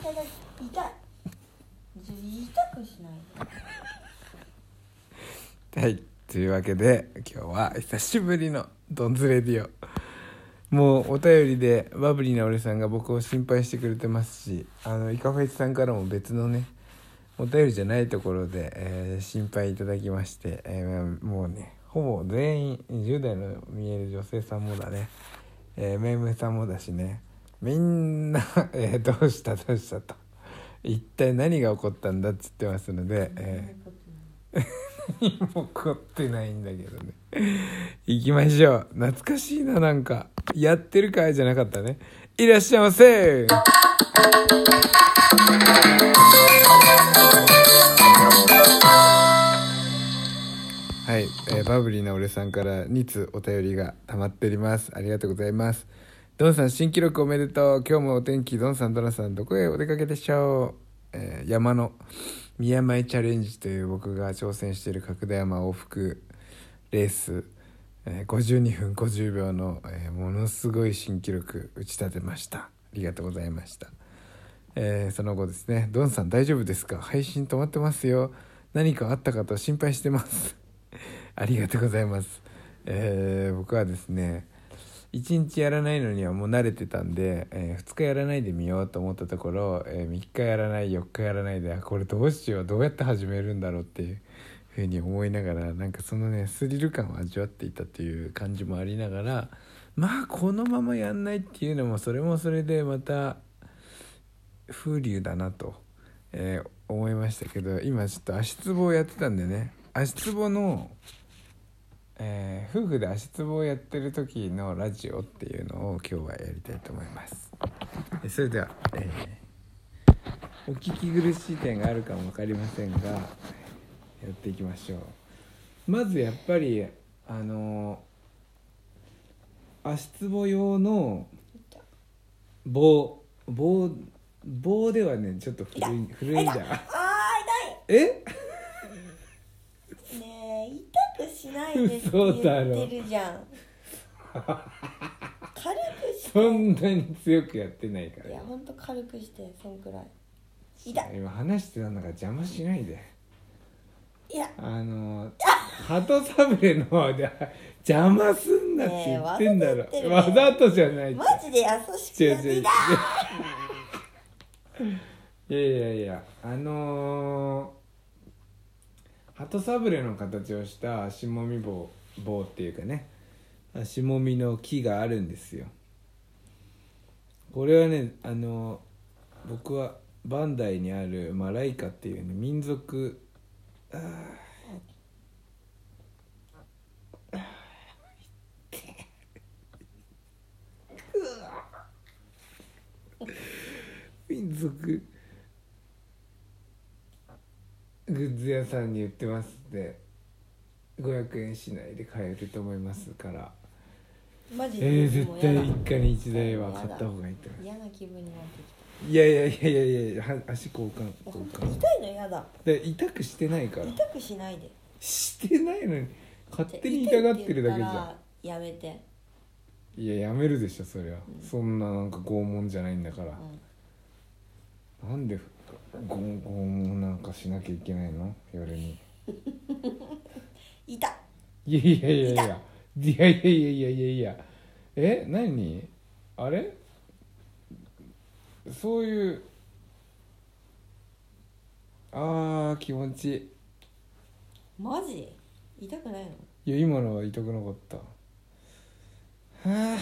痛くしないで。はい、というわけで今日は久しぶりのドンズレディオ。もうお便りでバブリーな俺さんが僕を心配してくれてますし、イカフェチさんからも別のねお便りじゃないところで、心配いただきまして、もうねほぼ全員10代の見える女性さんもだね、メイムさんもだしね、みんな、どうしたと一体何が起こったんだっつってますので、何も起こってないんだけどね。行きましょう。懐かしいな。なんかやってるかいじゃなかったね。いらっしゃいませ。はい、バブリーな俺さんから2通お便りが溜まっております。ありがとうございます。ドンさん新記録おめでとう。今日もお天気ドンさんドナさんどこへお出かけでしょう。山の宮前チャレンジという僕が挑戦している角田山往復レース、52分50秒の、ものすごい新記録打ち立てました。ありがとうございました。その後ですね、ドンさん大丈夫ですか？配信止まってますよ。何かあったかと心配してますありがとうございます。僕はですね1日やらないのにはもう慣れてたんで、2日やらないでみようと思ったところ、3日やらない4日やらないで、これどうしよう、どうやって始めるんだろうっていうふうに思いながら、なんかそのねスリル感を味わっていたっていう感じもありながら、まあこのままやんないっていうのもそれもそれでまた風流だなと、思いましたけど、今ちょっと足つぼをやってたんでね、足つぼの夫婦で足つぼをやってる時のラジオっていうのを今日はやりたいと思います。それでは、お聞き苦しい点があるかも分かりませんがやっていきましょう。まずやっぱり足つぼ用の棒ではねちょっと古いんだ。 痛いえねえ痛くしないでってそうだろ言ってるじゃん軽くして。 そんなに強くやってないから。 いやほんと軽くしてそんくらい。痛い。 今話してたんだから邪魔しないで。 いや鳩サブレの邪魔すんなって言ってんだろ、わざとじゃないって。 マジで優しくやっていたいや鳩サブレの形をした足もみ棒っていうかね、足もみの木があるんですよ。これはね僕はバンダイにあるマライカっていうね民族民族グッズ屋さんに売ってますんで500円以内で買えると思いますから、 マジで絶対一家に一台は買った方がいいと思います。 嫌な気分になってきた。 いや足交換痛いの嫌だ。 で痛くしてないから。 痛くしないで。 してないのに勝手に痛がってるだけじゃん。 やめて。 いややめるでしょそりゃ、そんななんか拷問じゃないんだから、なんで拷問なんかしなきゃいけないの夜に痛っ。 いや何あれそういう気持ちいい。 マジ痛くないの？ いや今のは痛くなかった。はあ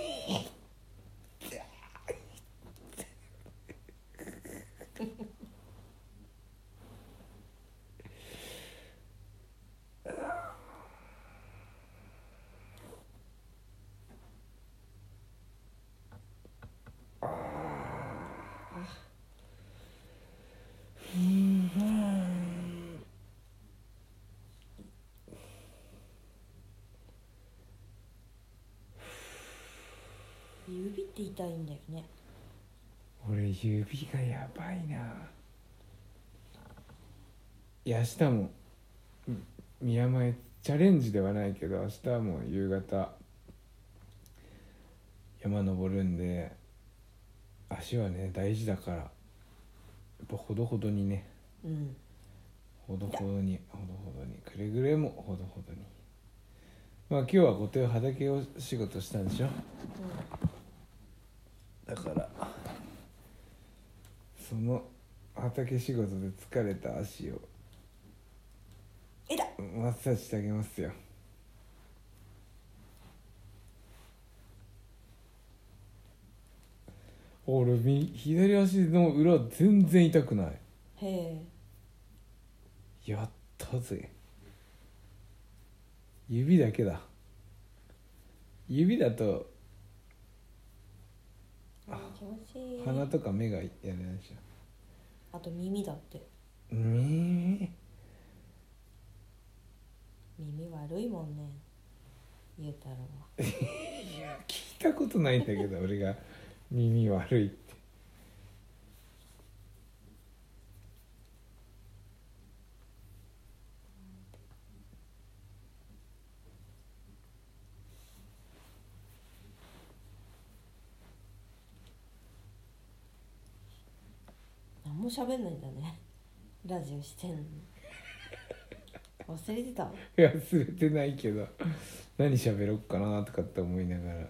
指って痛いんだよね。 俺指がやばいな。いや明日も宮前チャレンジではないけど明日はもう夕方山登るんで足はね大事だからぱほどほどにね、ほどほどにくれぐれもほどほどに。まあ今日はご手を畑を仕事したんでしょ、だからその畑仕事で疲れた足をマッサージしてあげますよ。俺左足の裏全然痛くない。 へえ、やったぜ。指だけだ。指だと気持ちいい。 鼻とか目がやれないでしょ。あと耳だって。 耳悪いもんね、ゆうたろうは。 いや聞いたことないんだけど俺が耳悪いって。 何も喋んないんだね、ラジオしてんのに。忘れてた。 忘れてないけど何喋ろっかなとかって思いながら。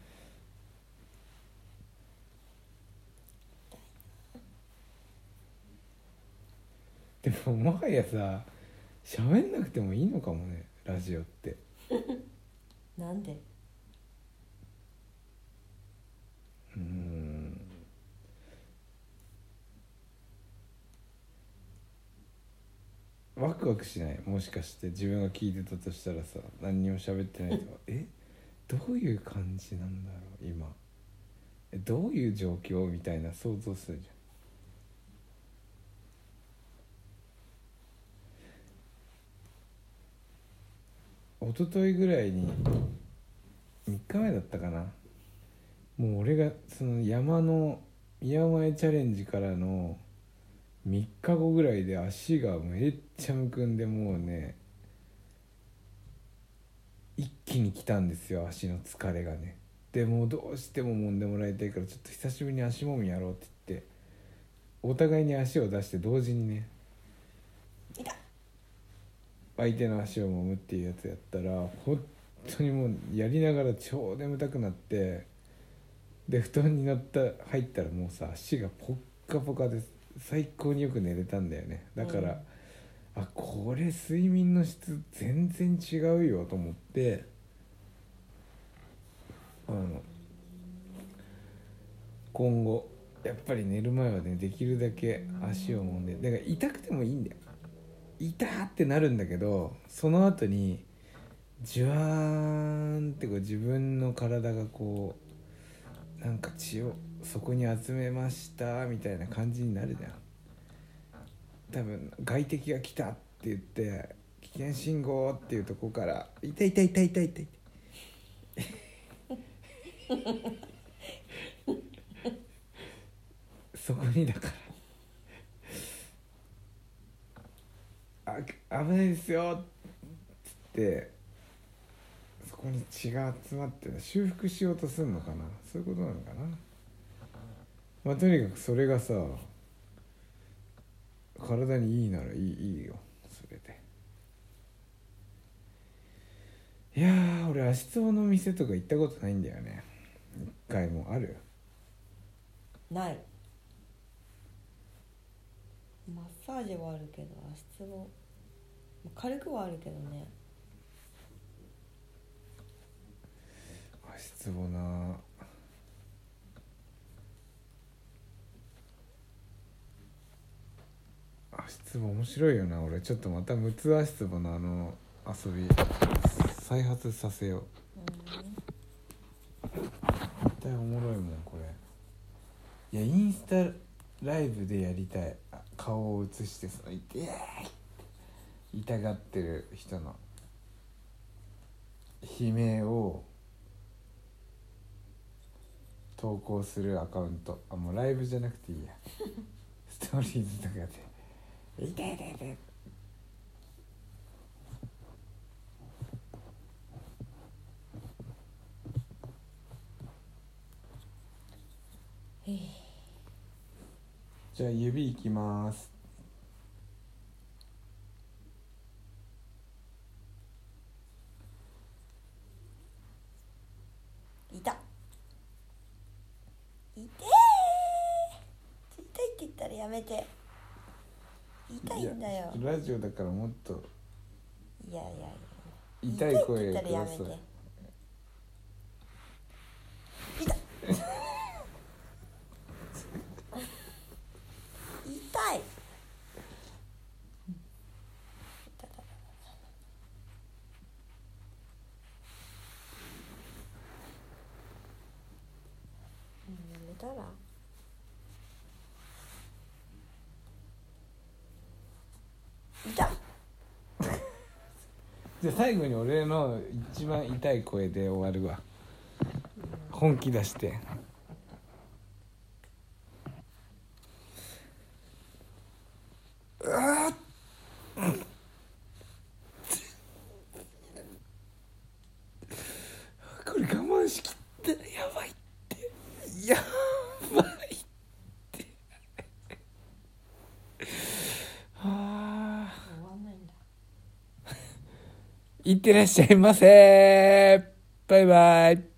でももはやさ喋んなくてもいいのかもね、ラジオってなんで？ ワクワクしない？もしかして自分が聞いてたとしたらさ、何にも喋ってないとどういう感じなんだろう今、どういう状況みたいな想像するじゃん。一昨日ぐらいに3日前だったかな、もう俺がその山の宮前チャレンジからの3日後ぐらいで足がめっちゃむくんで、もうね一気に来たんですよ、足の疲れがね。でもうどうしても揉んでもらいたいから、ちょっと久しぶりに足もみやろうって言ってお互いに足を出して同時にね相手の足を揉むっていうやつやったら、本当にもうやりながら超眠たくなって、で布団に入ったらもうさ足がポッカポカで最高によく寝れたんだよね。だから、これ睡眠の質全然違うよと思って、今後やっぱり寝る前はねできるだけ足を揉んで、だから痛くてもいいんだよ、痛ってなるんだけど、その後にジュワーンってこう自分の体がこうなんか血をそこに集めましたみたいな感じになるじゃん。多分外敵が来たって言って危険信号っていうとこから痛い痛い痛い痛い痛いそこにだから危ないですよっつってそこに血が集まって修復しようとするのかな、そういうことなのかな。まあとにかくそれがさ体にいいならいいよ、それで。いやー俺足つぼの店とか行ったことないんだよね、一回も。ある？ ない。マッサージはあるけど足つぼ軽くはあるけどね。 足つぼな、足つぼ面白いよな。俺ちょっとまた六つ足つぼの遊び再発させよう。絶対おもろいもんこれ。いやインスタライブでやりたい。顔を映してその痛がってる人の悲鳴を投稿するアカウント。もうライブじゃなくていいやストーリーズとかで痛い痛い痛い。 じゃあ指いきます。 痛い痛いって言ったらやめて。痛いんだよ。 ラジオだからもっといや痛い声痛いって言ったらやめて。痛い痛い。やめたら。痛い。 じゃあ最後に俺の一番痛い声で終わるわ。本気出して。これ我慢しきったらやばいって。やばいってはあ、 終わんないんだ。 いってらっしゃいませ。バイバイ。